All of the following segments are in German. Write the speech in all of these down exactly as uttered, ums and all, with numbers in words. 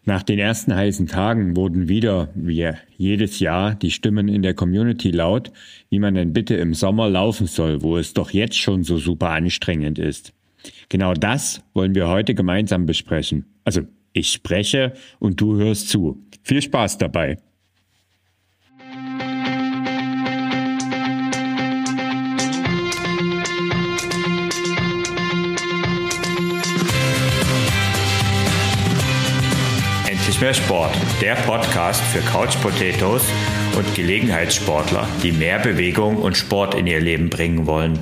Nach den ersten heißen Tagen wurden wieder, wie jedes Jahr, die Stimmen in der Community laut, wie man denn bitte im Sommer laufen soll, wo es doch jetzt schon so super anstrengend ist. Genau das wollen wir heute gemeinsam besprechen. Also ich spreche und du hörst zu. Viel Spaß dabei! Mehr Sport, der Podcast für Couch Potatoes und Gelegenheitssportler, die mehr Bewegung und Sport in ihr Leben bringen wollen.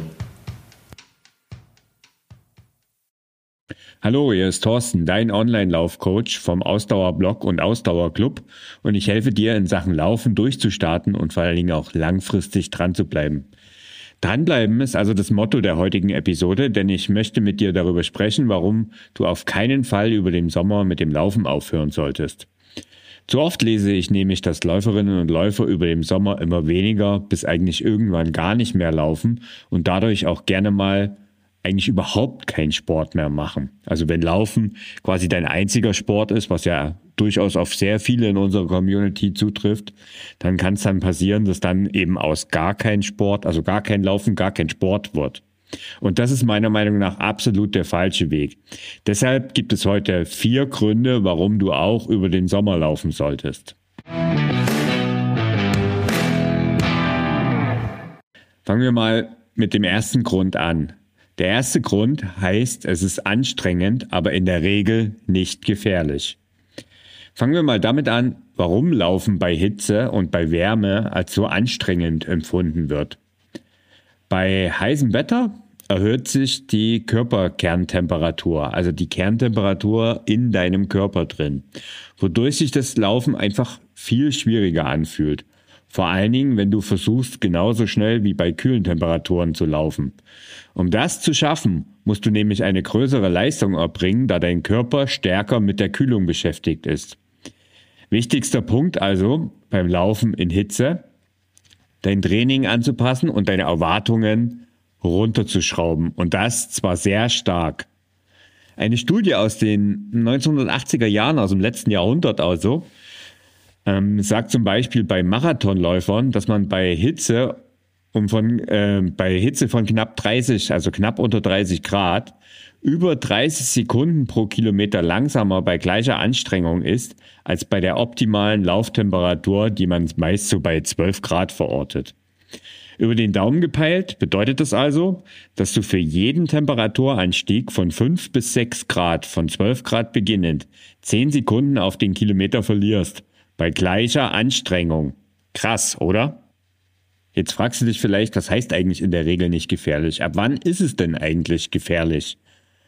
Hallo, hier ist Thorsten, dein Online-Laufcoach vom Ausdauerblog und Ausdauerclub und ich helfe dir in Sachen Laufen durchzustarten und vor allen Dingen auch langfristig dran zu bleiben. Dranbleiben ist also das Motto der heutigen Episode, denn ich möchte mit dir darüber sprechen, warum du auf keinen Fall über den Sommer mit dem Laufen aufhören solltest. Zu oft lese ich nämlich, dass Läuferinnen und Läufer über den Sommer immer weniger bis eigentlich irgendwann gar nicht mehr laufen und dadurch auch gerne mal eigentlich überhaupt keinen Sport mehr machen. Also wenn Laufen quasi dein einziger Sport ist, was ja durchaus auf sehr viele in unserer Community zutrifft, dann kann es dann passieren, dass dann eben aus gar kein Sport, also gar kein Laufen, gar kein Sport wird. Und das ist meiner Meinung nach absolut der falsche Weg. Deshalb gibt es heute vier Gründe, warum du auch über den Sommer laufen solltest. Fangen wir mal mit dem ersten Grund an. Der erste Grund heißt, es ist anstrengend, aber in der Regel nicht gefährlich. Fangen wir mal damit an, warum Laufen bei Hitze und bei Wärme als so anstrengend empfunden wird. Bei heißem Wetter erhöht sich die Körperkerntemperatur, also die Kerntemperatur in deinem Körper drin, wodurch sich das Laufen einfach viel schwieriger anfühlt. Vor allen Dingen, wenn du versuchst, genauso schnell wie bei kühlen Temperaturen zu laufen. Um das zu schaffen, musst du nämlich eine größere Leistung erbringen, da dein Körper stärker mit der Kühlung beschäftigt ist. Wichtigster Punkt also beim Laufen in Hitze, dein Training anzupassen und deine Erwartungen runterzuschrauben. Und das zwar sehr stark. Eine Studie aus den neunzehnhundertachtziger Jahren, aus dem letzten Jahrhundert also, ähm, sagt zum Beispiel bei Marathonläufern, dass man bei Hitze um von äh, bei Hitze von knapp dreißig, also knapp unter dreißig Grad, über dreißig Sekunden pro Kilometer langsamer bei gleicher Anstrengung ist, als bei der optimalen Lauftemperatur, die man meist so bei zwölf Grad verortet. Über den Daumen gepeilt bedeutet das also, dass du für jeden Temperaturanstieg von fünf bis sechs Grad, von zwölf Grad beginnend, zehn Sekunden auf den Kilometer verlierst, bei gleicher Anstrengung. Krass, oder? Jetzt fragst du dich vielleicht, was heißt eigentlich in der Regel nicht gefährlich? Ab wann ist es denn eigentlich gefährlich?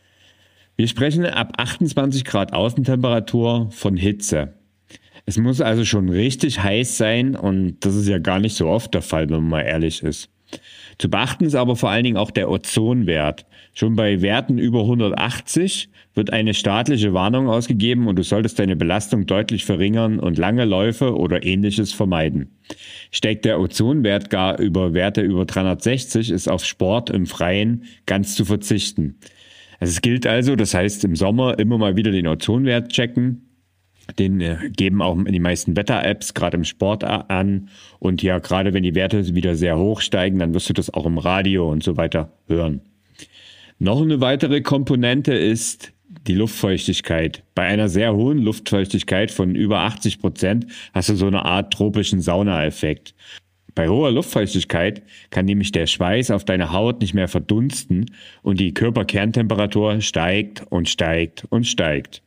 Wir sprechen ab achtundzwanzig Grad Außentemperatur von Hitze. Es muss also schon richtig heiß sein und das ist ja gar nicht so oft der Fall, wenn man mal ehrlich ist. Zu beachten ist aber vor allen Dingen auch der Ozonwert. Schon bei Werten über hundertachtzig wird eine staatliche Warnung ausgegeben und du solltest deine Belastung deutlich verringern und lange Läufe oder Ähnliches vermeiden. Steigt der Ozonwert gar über Werte über dreihundertsechzig, ist auf Sport im Freien ganz zu verzichten. Also es gilt also, das heißt im Sommer immer mal wieder den Ozonwert checken. Den geben auch die meisten Wetter-Apps gerade im Sport an. Und ja, gerade wenn die Werte wieder sehr hoch steigen, dann wirst du das auch im Radio und so weiter hören. Noch eine weitere Komponente ist die Luftfeuchtigkeit. Bei einer sehr hohen Luftfeuchtigkeit von über achtzig Prozent hast du so eine Art tropischen Saunaeffekt. Bei hoher Luftfeuchtigkeit kann nämlich der Schweiß auf deiner Haut nicht mehr verdunsten und die Körperkerntemperatur steigt und steigt und steigt.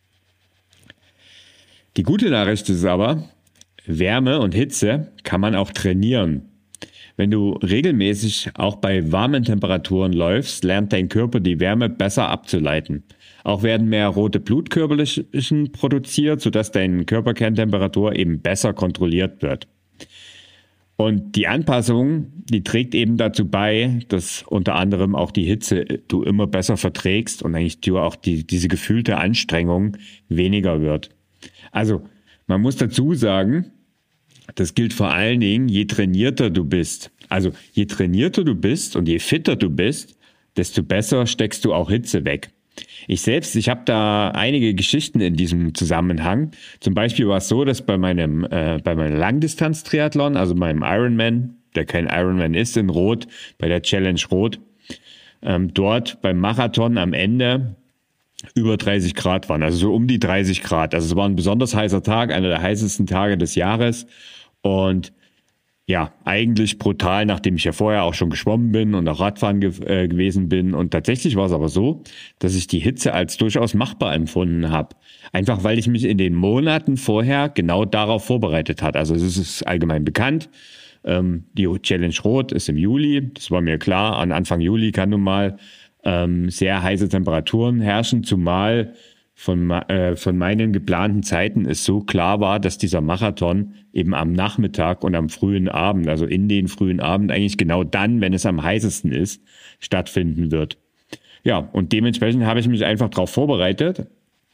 Die gute Nachricht ist aber, Wärme und Hitze kann man auch trainieren. Wenn du regelmäßig auch bei warmen Temperaturen läufst, lernt dein Körper die Wärme besser abzuleiten. Auch werden mehr rote Blutkörperchen produziert, sodass deine Körperkerntemperatur eben besser kontrolliert wird. Und die Anpassung, die trägt eben dazu bei, dass unter anderem auch die Hitze du immer besser verträgst und eigentlich du auch die, diese gefühlte Anstrengung weniger wird. Also, man muss dazu sagen, das gilt vor allen Dingen, je trainierter du bist. Also, je trainierter du bist und je fitter du bist, desto besser steckst du auch Hitze weg. Ich selbst, ich habe da einige Geschichten in diesem Zusammenhang. Zum Beispiel war es so, dass bei meinem, äh, bei meinem Langdistanz-Triathlon, also meinem Ironman, der kein Ironman ist, in Rot, bei der Challenge Rot, ähm, dort beim Marathon am Ende über dreißig Grad waren, also so um die dreißig Grad. Also es war ein besonders heißer Tag, einer der heißesten Tage des Jahres und ja, eigentlich brutal, nachdem ich ja vorher auch schon geschwommen bin und auch Radfahren ge äh, gewesen bin. Und tatsächlich war es aber so, dass ich die Hitze als durchaus machbar empfunden habe. Einfach weil ich mich in den Monaten vorher genau darauf vorbereitet habe. Also es ist allgemein bekannt. Ähm, die Challenge Rot ist im Juli. Das war mir klar. An Anfang Juli kann nun mal ähm, sehr heiße Temperaturen herrschen, zumal Von, äh, von meinen geplanten Zeiten es so klar war, dass dieser Marathon eben am Nachmittag und am frühen Abend, also in den frühen Abend, eigentlich genau dann, wenn es am heißesten ist, stattfinden wird. Ja, und dementsprechend habe ich mich einfach darauf vorbereitet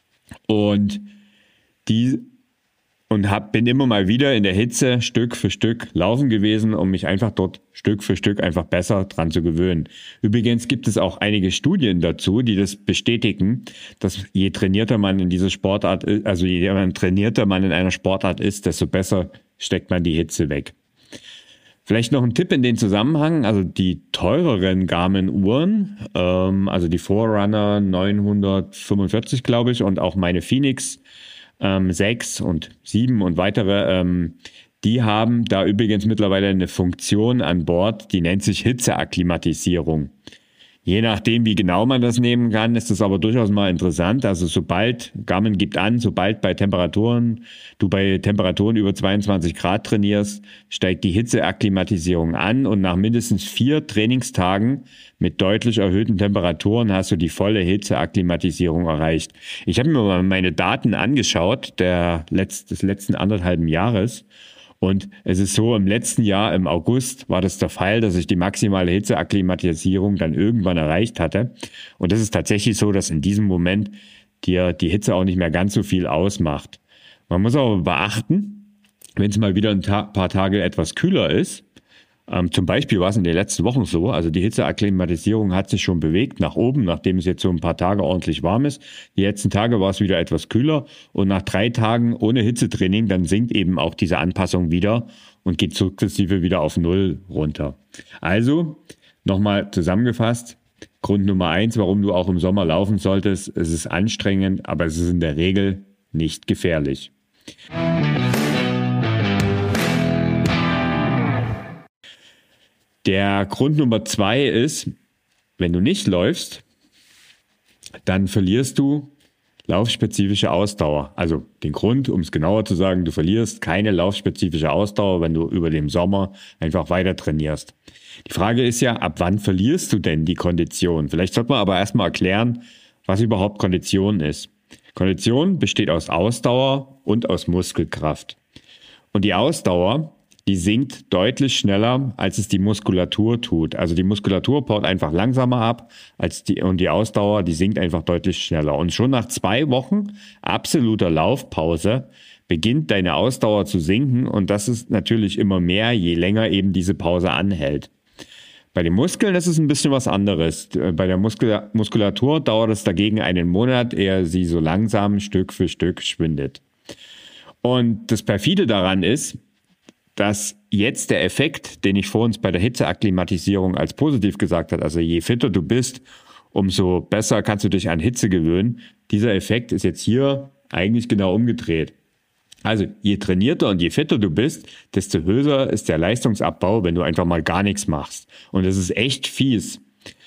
und die und hab, bin immer mal wieder in der Hitze Stück für Stück laufen gewesen, um mich einfach dort Stück für Stück einfach besser dran zu gewöhnen. Übrigens gibt es auch einige Studien dazu, die das bestätigen, dass je trainierter man in dieser Sportart ist, also je trainierter man in einer Sportart ist, desto besser steckt man die Hitze weg. Vielleicht noch ein Tipp in den Zusammenhang, also die teureren Garmin-Uhren, ähm, also die Forerunner neunhundertfünfundvierzig, glaube ich, und auch meine Phoenix Ähm, sechs und sieben und weitere, ähm, die haben da übrigens mittlerweile eine Funktion an Bord, die nennt sich Hitzeakklimatisierung. Je nachdem, wie genau man das nehmen kann, ist das aber durchaus mal interessant. Also sobald, Garmin gibt an, sobald bei Temperaturen, du bei Temperaturen über zweiundzwanzig Grad trainierst, steigt die Hitzeakklimatisierung an und nach mindestens vier Trainingstagen mit deutlich erhöhten Temperaturen hast du die volle Hitzeakklimatisierung erreicht. Ich habe mir mal meine Daten angeschaut, der Letz-, des letzten anderthalben Jahres. Und es ist so, im letzten Jahr, im August, war das der Fall, dass ich die maximale Hitzeakklimatisierung dann irgendwann erreicht hatte. Und das ist tatsächlich so, dass in diesem Moment dir die Hitze auch nicht mehr ganz so viel ausmacht. Man muss aber beachten, wenn es mal wieder ein Ta- paar Tage etwas kühler ist, ähm, zum Beispiel war es in den letzten Wochen so, also die Hitzeakklimatisierung hat sich schon bewegt nach oben, nachdem es jetzt so ein paar Tage ordentlich warm ist. Die letzten Tage war es wieder etwas kühler und nach drei Tagen ohne Hitzetraining, dann sinkt eben auch diese Anpassung wieder und geht sukzessive wieder auf Null runter. Also, nochmal zusammengefasst, Grund Nummer eins, warum du auch im Sommer laufen solltest, es ist anstrengend, aber es ist in der Regel nicht gefährlich. Der Grund Nummer zwei ist, wenn du nicht läufst, dann verlierst du laufspezifische Ausdauer. Also den Grund, um es genauer zu sagen, du verlierst keine laufspezifische Ausdauer, wenn du über den Sommer einfach weiter trainierst. Die Frage ist ja, ab wann verlierst du denn die Kondition? Vielleicht sollte man aber erstmal erklären, was überhaupt Kondition ist. Kondition besteht aus Ausdauer und aus Muskelkraft. Und die Ausdauer, die sinkt deutlich schneller, als es die Muskulatur tut. Also die Muskulatur baut einfach langsamer ab als die, und die Ausdauer, die sinkt einfach deutlich schneller. Und schon nach zwei Wochen absoluter Laufpause beginnt deine Ausdauer zu sinken und das ist natürlich immer mehr, je länger eben diese Pause anhält. Bei den Muskeln ist es ein bisschen was anderes. Bei der Muskula- Muskulatur dauert es dagegen einen Monat, ehe sie so langsam Stück für Stück schwindet. Und das Perfide daran ist, dass jetzt der Effekt, den ich vor uns bei der Hitzeakklimatisierung als positiv gesagt habe, also je fitter du bist, umso besser kannst du dich an Hitze gewöhnen. Dieser Effekt ist jetzt hier eigentlich genau umgedreht. Also je trainierter und je fitter du bist, desto höher ist der Leistungsabbau, wenn du einfach mal gar nichts machst. Und das ist echt fies.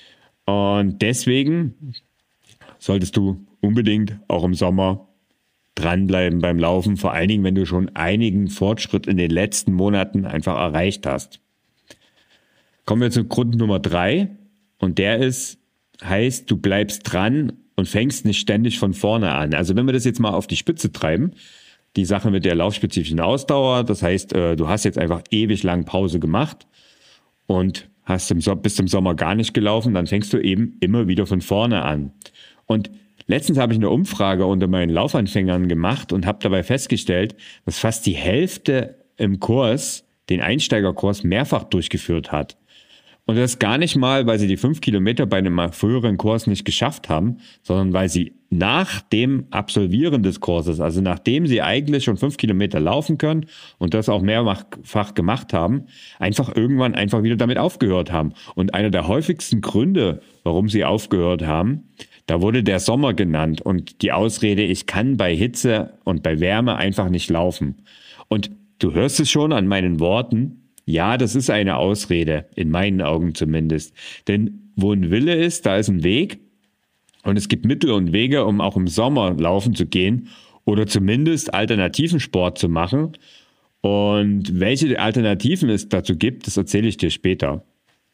Und deswegen solltest du unbedingt auch im Sommer dranbleiben beim Laufen, vor allen Dingen, wenn du schon einigen Fortschritt in den letzten Monaten einfach erreicht hast. Kommen wir zu Grund Nummer drei und der ist, heißt, du bleibst dran und fängst nicht ständig von vorne an. Also wenn wir das jetzt mal auf die Spitze treiben, die Sache mit der laufspezifischen Ausdauer, das heißt, du hast jetzt einfach ewig lang Pause gemacht und hast im so- bis zum Sommer gar nicht gelaufen, dann fängst du eben immer wieder von vorne an. Und letztens habe ich eine Umfrage unter meinen Laufanfängern gemacht und habe dabei festgestellt, dass fast die Hälfte im Kurs den Einsteigerkurs mehrfach durchgeführt hat. Und das gar nicht mal, weil sie die fünf Kilometer bei einem früheren Kurs nicht geschafft haben, sondern weil sie nach dem Absolvieren des Kurses, also nachdem sie eigentlich schon fünf Kilometer laufen können und das auch mehrfach gemacht haben, einfach irgendwann einfach wieder damit aufgehört haben. Und einer der häufigsten Gründe, warum sie aufgehört haben, da wurde der Sommer genannt und die Ausrede, ich kann bei Hitze und bei Wärme einfach nicht laufen. Und du hörst es schon an meinen Worten, ja, das ist eine Ausrede, in meinen Augen zumindest. Denn wo ein Wille ist, da ist ein Weg. Und es gibt Mittel und Wege, um auch im Sommer laufen zu gehen oder zumindest alternativen Sport zu machen. Und welche Alternativen es dazu gibt, das erzähle ich dir später.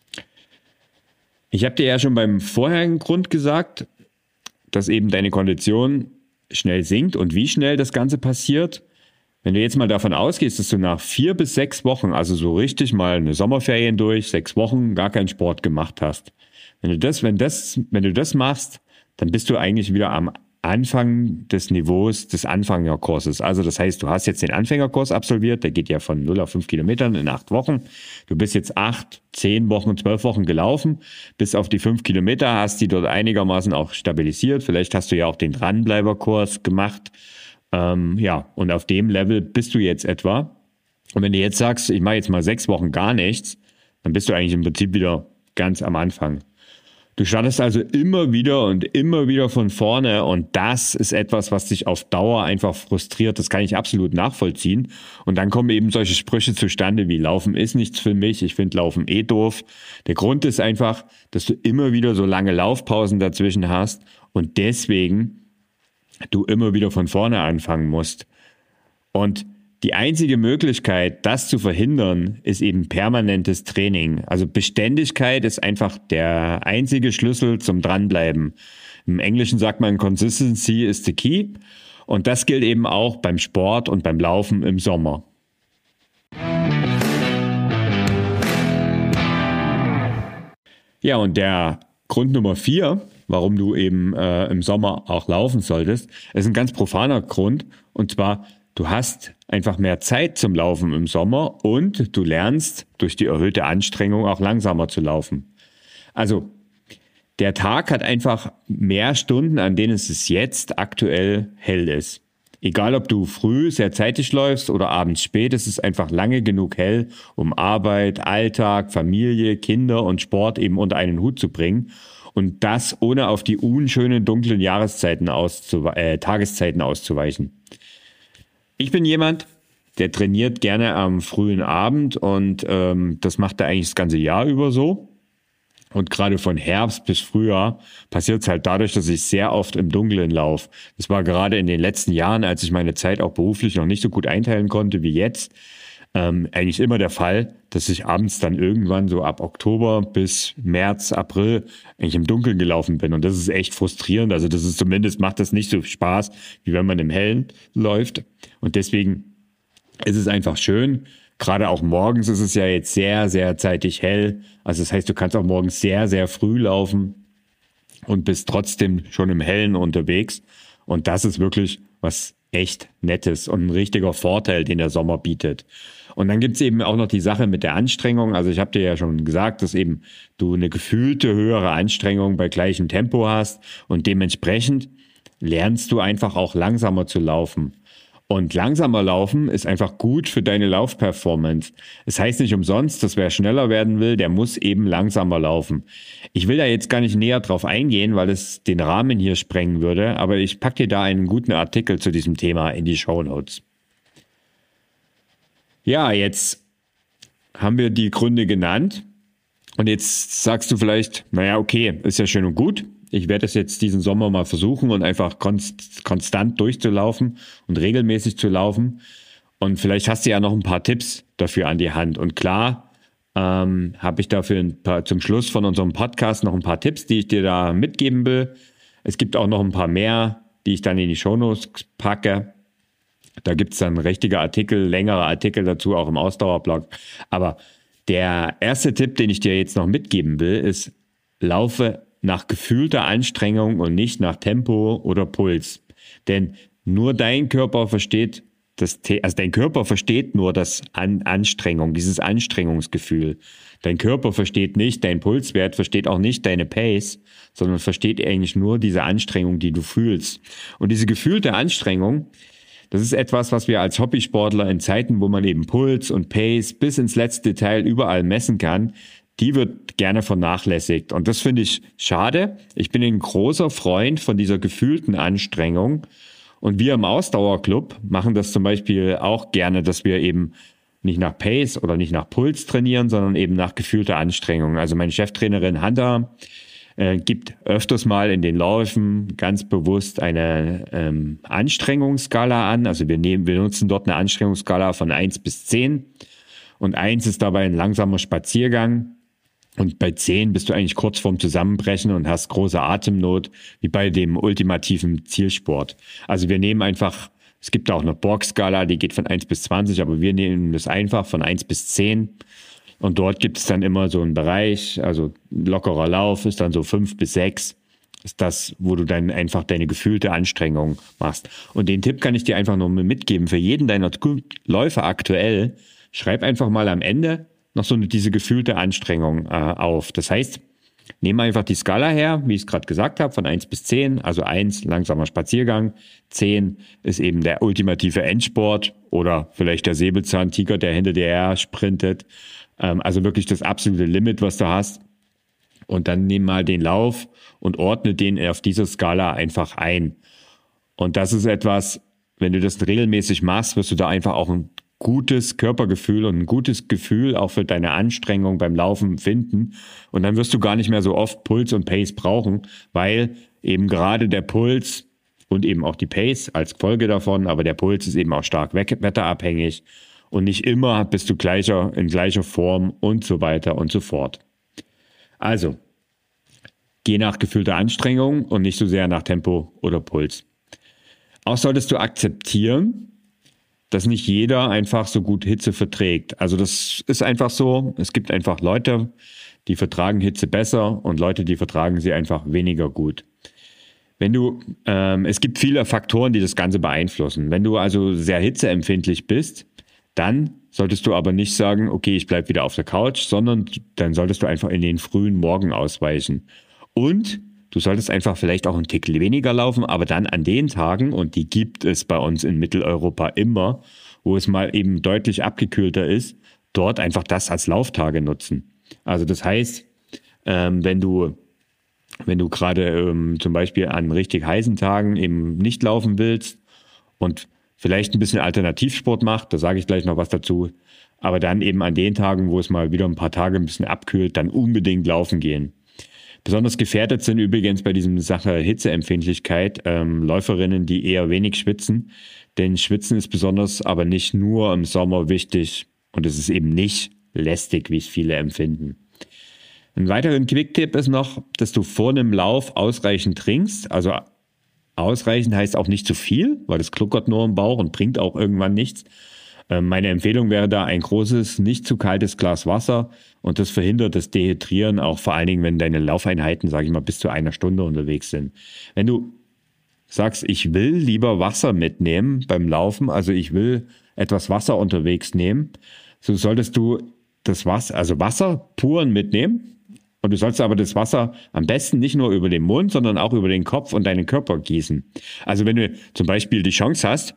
Ich habe dir ja schon beim vorherigen Grund gesagt, dass eben deine Kondition schnell sinkt und wie schnell das Ganze passiert. Wenn du jetzt mal davon ausgehst, dass du nach vier bis sechs Wochen, also so richtig mal eine Sommerferien durch, sechs Wochen gar keinen Sport gemacht hast. Wenn du das, wenn das, wenn du das machst, dann bist du eigentlich wieder am Anfang des Niveaus des Anfängerkurses. Also das heißt, du hast jetzt den Anfängerkurs absolviert, der geht ja von null auf fünf Kilometern in acht Wochen. Du bist jetzt acht, zehn Wochen, zwölf Wochen gelaufen, bis auf die fünf Kilometer, hast die dort einigermaßen auch stabilisiert. Vielleicht hast du ja auch den Dranbleiberkurs gemacht. Ähm, ja, und auf dem Level bist du jetzt etwa. Und wenn du jetzt sagst, ich mache jetzt mal sechs Wochen gar nichts, dann bist du eigentlich im Prinzip wieder ganz am Anfang. Du startest also immer wieder und immer wieder von vorne und das ist etwas, was dich auf Dauer einfach frustriert. Das kann ich absolut nachvollziehen. Und dann kommen eben solche Sprüche zustande wie Laufen ist nichts für mich, ich finde Laufen eh doof. Der Grund ist einfach, dass du immer wieder so lange Laufpausen dazwischen hast und deswegen du immer wieder von vorne anfangen musst. Und die einzige Möglichkeit, das zu verhindern, ist eben permanentes Training. Also Beständigkeit ist einfach der einzige Schlüssel zum Dranbleiben. Im Englischen sagt man, Consistency is the key. Und das gilt eben auch beim Sport und beim Laufen im Sommer. Ja, und der Grund Nummer vier, warum du eben äh, im Sommer auch laufen solltest, ist ein ganz profaner Grund. Und zwar, du hast einfach mehr Zeit zum Laufen im Sommer und du lernst durch die erhöhte Anstrengung auch langsamer zu laufen. Also der Tag hat einfach mehr Stunden, an denen es jetzt aktuell hell ist. Egal, ob du früh sehr zeitig läufst oder abends spät, es ist einfach lange genug hell, um Arbeit, Alltag, Familie, Kinder und Sport eben unter einen Hut zu bringen. Und das ohne auf die unschönen dunklen Jahreszeiten auszuwe- äh, Tageszeiten auszuweichen. Ich bin jemand, der trainiert gerne am frühen Abend und ähm, das macht er eigentlich das ganze Jahr über so. Und gerade von Herbst bis Frühjahr passiert es halt dadurch, dass ich sehr oft im Dunkeln laufe. Das war gerade in den letzten Jahren, als ich meine Zeit auch beruflich noch nicht so gut einteilen konnte wie jetzt, ähm, eigentlich immer der Fall, dass ich abends dann irgendwann so ab Oktober bis März, April eigentlich im Dunkeln gelaufen bin. Und das ist echt frustrierend. Also das ist zumindest, macht das nicht so Spaß, wie wenn man im Hellen läuft. Und deswegen ist es einfach schön. Gerade auch morgens ist es ja jetzt sehr, sehr zeitig hell. Also das heißt, du kannst auch morgens sehr, sehr früh laufen und bist trotzdem schon im Hellen unterwegs. Und das ist wirklich was echt Nettes und ein richtiger Vorteil, den der Sommer bietet. Und dann gibt's eben auch noch die Sache mit der Anstrengung. Also ich habe dir ja schon gesagt, dass eben du eine gefühlte höhere Anstrengung bei gleichem Tempo hast und dementsprechend lernst du einfach auch langsamer zu laufen. Und langsamer laufen ist einfach gut für deine Laufperformance. Es heißt nicht umsonst, dass wer schneller werden will, der muss eben langsamer laufen. Ich will da jetzt gar nicht näher drauf eingehen, weil es den Rahmen hier sprengen würde, aber ich packe dir da einen guten Artikel zu diesem Thema in die Shownotes. Ja, jetzt haben wir die Gründe genannt und jetzt sagst du vielleicht, naja, okay, ist ja schön und gut. Ich werde es jetzt diesen Sommer mal versuchen und einfach konst, konstant durchzulaufen und regelmäßig zu laufen. Und vielleicht hast du ja noch ein paar Tipps dafür an die Hand. Und klar ähm, habe ich dafür ein paar, zum Schluss von unserem Podcast noch ein paar Tipps, die ich dir da mitgeben will. Es gibt auch noch ein paar mehr, die ich dann in die Shownotes packe. Da gibt es dann richtige Artikel, längere Artikel dazu, auch im Ausdauerblog. Aber der erste Tipp, den ich dir jetzt noch mitgeben will, ist, laufe nach gefühlter Anstrengung und nicht nach Tempo oder Puls. Denn nur dein Körper versteht das, also dein Körper versteht nur das An Anstrengung, dieses Anstrengungsgefühl. Dein Körper versteht nicht, dein Pulswert versteht auch nicht deine Pace, sondern versteht eigentlich nur diese Anstrengung, die du fühlst. Und diese gefühlte Anstrengung, das ist etwas, was wir als Hobbysportler in Zeiten, wo man eben Puls und Pace bis ins letzte Detail überall messen kann, die wird gerne vernachlässigt. Und das finde ich schade. Ich bin ein großer Freund von dieser gefühlten Anstrengung. Und wir im Ausdauerclub machen das zum Beispiel auch gerne, dass wir eben nicht nach Pace oder nicht nach Puls trainieren, sondern eben nach gefühlter Anstrengung. Also meine Cheftrainerin Handa äh, gibt öfters mal in den Läufen ganz bewusst eine ähm, Anstrengungsskala an. Also wir nehmen, wir nutzen dort eine Anstrengungsskala von eins bis zehn. Und eins ist dabei ein langsamer Spaziergang. Und bei zehn bist du eigentlich kurz vorm Zusammenbrechen und hast große Atemnot, wie bei dem ultimativen Zielsport. Also wir nehmen einfach, es gibt auch eine Borg-Skala, die geht von eins bis zwanzig, aber wir nehmen das einfach von eins bis zehn. Und dort gibt es dann immer so einen Bereich, also lockerer Lauf ist dann so fünf bis sechs. Ist das, wo du dann einfach deine gefühlte Anstrengung machst. Und den Tipp kann ich dir einfach nur mitgeben. Für jeden deiner Läufe aktuell, schreib einfach mal am Ende noch so eine, diese gefühlte Anstrengung äh, auf. Das heißt, nehmen einfach die Skala her, wie ich es gerade gesagt habe, von eins bis zehn. Also eins, langsamer Spaziergang. zehn ist eben der ultimative Endsport oder vielleicht der Säbelzahntiger, der hinter dir her sprintet. Ähm, also wirklich das absolute Limit, was du hast. Und dann nimm mal den Lauf und ordne den auf dieser Skala einfach ein. Und das ist etwas, wenn du das regelmäßig machst, wirst du da einfach auch ein gutes Körpergefühl und ein gutes Gefühl auch für deine Anstrengung beim Laufen finden. Und dann wirst du gar nicht mehr so oft Puls und Pace brauchen, weil eben gerade der Puls und eben auch die Pace als Folge davon, aber der Puls ist eben auch stark wetterabhängig und nicht immer bist du gleicher, in gleicher Form und so weiter und so fort. Also, geh nach gefühlter Anstrengung und nicht so sehr nach Tempo oder Puls. Auch solltest du akzeptieren, dass nicht jeder einfach so gut Hitze verträgt. Also das ist einfach so. Es gibt einfach Leute, die vertragen Hitze besser und Leute, die vertragen sie einfach weniger gut. Wenn du, ähm, es gibt viele Faktoren, die das Ganze beeinflussen. Wenn du also sehr hitzeempfindlich bist, dann solltest du aber nicht sagen, okay, ich bleibe wieder auf der Couch, sondern dann solltest du einfach in den frühen Morgen ausweichen. Und du solltest einfach vielleicht auch einen Tick weniger laufen, aber dann an den Tagen, und die gibt es bei uns in Mitteleuropa immer, wo es mal eben deutlich abgekühlter ist, dort einfach das als Lauftage nutzen. Also das heißt, ähm, wenn du, wenn du gerade ähm, zum Beispiel an richtig heißen Tagen eben nicht laufen willst und vielleicht ein bisschen Alternativsport macht, da sage ich gleich noch was dazu, aber dann eben an den Tagen, wo es mal wieder ein paar Tage ein bisschen abkühlt, dann unbedingt laufen gehen. Besonders gefährdet sind übrigens bei diesem Sache Hitzeempfindlichkeit ähm, Läuferinnen, die eher wenig schwitzen. Denn Schwitzen ist besonders aber nicht nur im Sommer wichtig und es ist eben nicht lästig, wie es viele empfinden. Ein weiterer Quick-Tipp ist noch, dass du vor einem Lauf ausreichend trinkst. Also ausreichend heißt auch nicht zu viel, weil das gluckert nur im Bauch und bringt auch irgendwann nichts. Meine Empfehlung wäre da ein großes, nicht zu kaltes Glas Wasser und das verhindert das Dehydrieren, auch vor allen Dingen, wenn deine Laufeinheiten, sage ich mal, bis zu einer Stunde unterwegs sind. Wenn du sagst, ich will lieber Wasser mitnehmen beim Laufen, also ich will etwas Wasser unterwegs nehmen, so solltest du das Wasser, also Wasser puren mitnehmen und du sollst aber das Wasser am besten nicht nur über den Mund, sondern auch über den Kopf und deinen Körper gießen. Also wenn du zum Beispiel die Chance hast,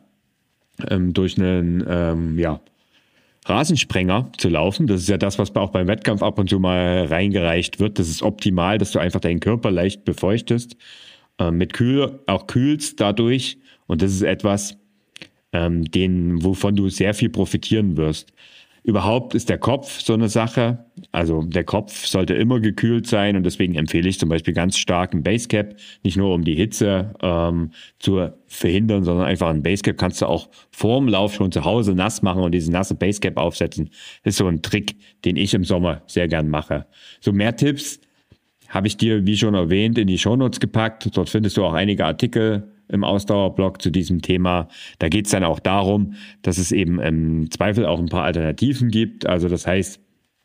Ähm, durch einen ähm, ja, Rasensprenger zu laufen. Das ist ja das, was auch beim Wettkampf ab und zu mal reingereicht wird. Das ist optimal, dass du einfach deinen Körper leicht befeuchtest, ähm, mit Kühl auch kühlst dadurch. Und das ist etwas, ähm, den, wovon du sehr viel profitieren wirst. Überhaupt ist der Kopf so eine Sache. Also der Kopf sollte immer gekühlt sein und deswegen empfehle ich zum Beispiel ganz stark ein Basecap. Nicht nur um die Hitze ähm, zu verhindern, sondern einfach ein Basecap kannst du auch vorm Lauf schon zu Hause nass machen und diese nasse Basecap aufsetzen. Das ist so ein Trick, den ich im Sommer sehr gern mache. So mehr Tipps habe ich dir, wie schon erwähnt, in die Shownotes gepackt. Dort findest du auch einige Artikel im Ausdauerblog zu diesem Thema. Da geht es dann auch darum, dass es eben im Zweifel auch ein paar Alternativen gibt. Also das heißt,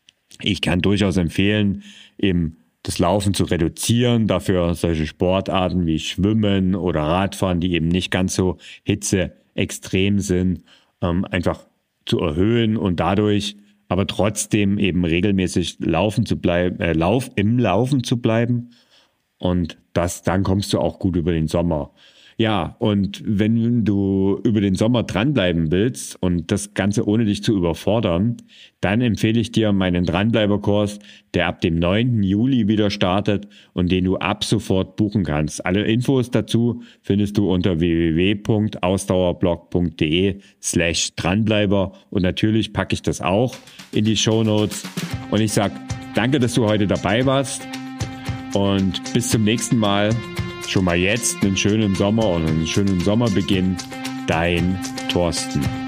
ich kann durchaus empfehlen, eben das Laufen zu reduzieren, dafür solche Sportarten wie Schwimmen oder Radfahren, die eben nicht ganz so hitzeextrem sind, ähm, einfach zu erhöhen und dadurch aber trotzdem eben regelmäßig laufen zu bleiben, äh, Lauf, im Laufen zu bleiben. Und das, dann kommst du auch gut über den Sommer. Ja, und wenn du über den Sommer dranbleiben willst und das Ganze ohne dich zu überfordern, dann empfehle ich dir meinen Dranbleiberkurs, der ab dem neunten Juli wieder startet und den du ab sofort buchen kannst. Alle Infos dazu findest du unter w w w punkt ausdauerblog punkt d e slash Dranbleiber und natürlich packe ich das auch in die Shownotes. Und ich sage danke, dass du heute dabei warst und bis zum nächsten Mal. Schon mal jetzt einen schönen Sommer und einen schönen Sommerbeginn. Dein Thorsten.